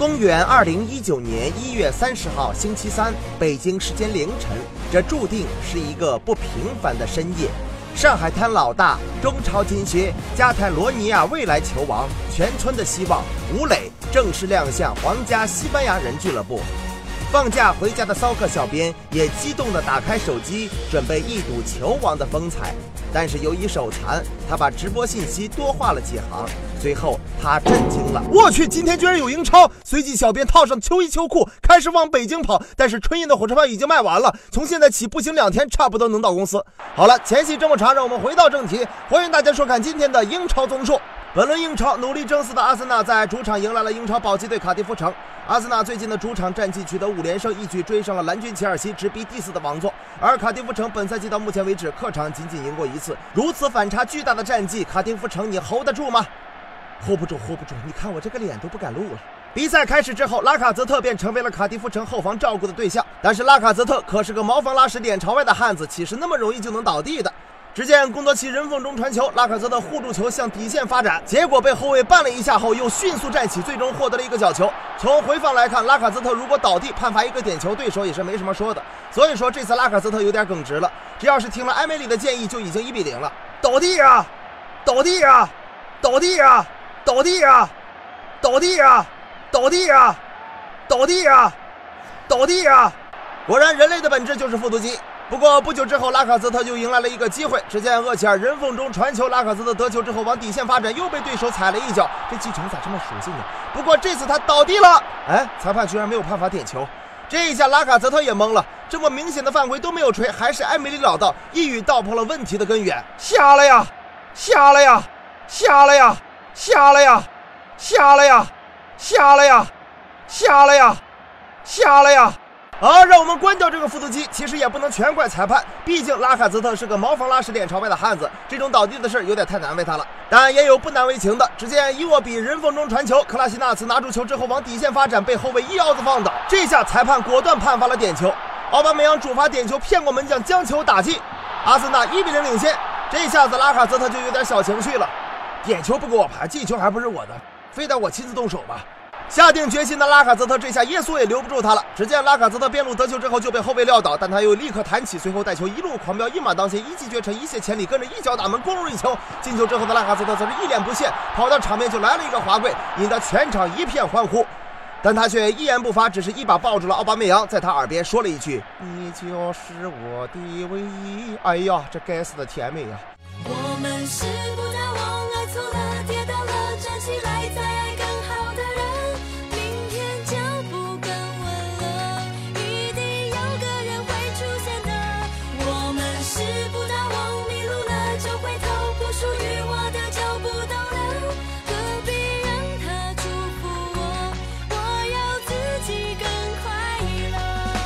公元2019年1月30号星期三，北京时间凌晨，这注定是一个不平凡的深夜。上海滩老大，中超金靴，加泰罗尼亚未来球王，全村的希望吴磊正式亮相皇家西班牙人俱乐部。放假回家的骚客小编也激动地打开手机，准备一睹球王的风采。但是由于手残，他把直播信息多画了几行。随后他震惊了，我去，今天居然有英超！随即小编套上秋衣秋裤，开始往北京跑。但是春运的火车票已经卖完了，从现在起步行2天，差不多能到公司。好了，前戏这么长，让我们回到正题，欢迎大家收看今天的英超综述。本轮英超努力争四的阿森纳在主场迎来了英超保级队卡迪夫城。阿森纳最近的主场战绩取得5连胜，一举追上了蓝军切尔西，直逼第4的王座。而卡迪夫城本赛季到目前为止客场仅赢过1次，如此反差巨大的战绩，卡迪夫城你 hold 得住吗？hold 不住，你看我这个脸都不敢录了。比赛开始之后，拉卡泽特便成为了卡迪夫城后防照顾的对象。但是拉卡泽特可是个茅房拉屎脸朝外的汉子，岂是那么容易就能倒地的？只见贡多齐人缝中传球，拉卡泽特护住球向底线发展，结果被后卫绊了一下后又迅速站起，最终获得了一个角球。从回放来看，拉卡泽特如果倒地判罚一个点球，对手也是没什么说的。所以说这次拉卡泽特有点耿直了，这要是听了埃梅里的建议，就已经1比0了。倒地呀，倒地呀，倒地呀，倒地呀，倒地呀，倒地呀，倒地呀，倒地呀！果然，人类的本质就是复读机。不过不久之后，拉卡泽特又迎来了一个机会。只见厄齐尔人缝中传球，拉卡泽特得球之后往底线发展，又被对手踩了一脚。这继承咋这么熟悉呢？不过这次他倒地了，裁判居然没有判罚点球。这一下拉卡泽特也懵了，这么明显的犯规都没有吹，还是埃梅里老道，一语道破了问题的根源。瞎了呀，瞎了呀，瞎了呀，瞎了呀，瞎了呀，瞎了呀，瞎了呀，瞎了呀！好，让我们关掉这个复读机。其实也不能全怪裁判，毕竟拉卡泽特是个茅房拉屎脸朝外的汉子，这种倒地的事有点太难为他了。但也有不难为情的，只见伊沃比人缝中传球，克拉西纳茨拿住球之后往底线发展，被后卫一腰子放倒。这下裁判果断判罚了点球，奥巴梅扬主罚点球骗过门将，将球打进，阿森纳1比0领先。这下子拉卡泽特就有点小情绪了，点球不给我判，进球还不是我的，非得我亲自动手吧。下定决心的拉卡泽特这下耶稣也留不住他了。只见拉卡泽特边路得球之后就被后卫撂倒，但他又立刻弹起，随后带球一路狂飙，一马当先，一骑绝尘，一泻千里，跟着一脚打门，攻入一球。进球之后的拉卡泽特则是一脸不屑，跑到场面就来了一个滑跪，引得全场一片欢呼。但他却一言不发，只是一把抱住了奥巴梅扬，在他耳边说了一句：“你就是我的唯一。”哎呀，这该死的甜美呀！ 我们是不再忘了，错了，跌倒了，站起来，再爱更好的人。明天脚步更稳了，一定有个人会出现的。我们是不再忘，迷路了就回头，不属于我的就不懂了。何必让他祝福我，我要自己更快乐。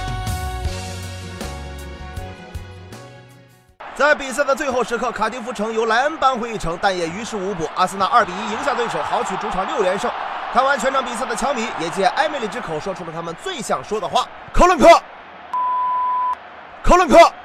在比赛的最后时刻，卡迪夫城由莱恩扳回一城，但也于事无补。阿森纳2比1赢下对手，豪取主场6连胜。看完全场比赛的球迷也借埃梅里之口说出了他们最想说的话：科伦克，科伦克。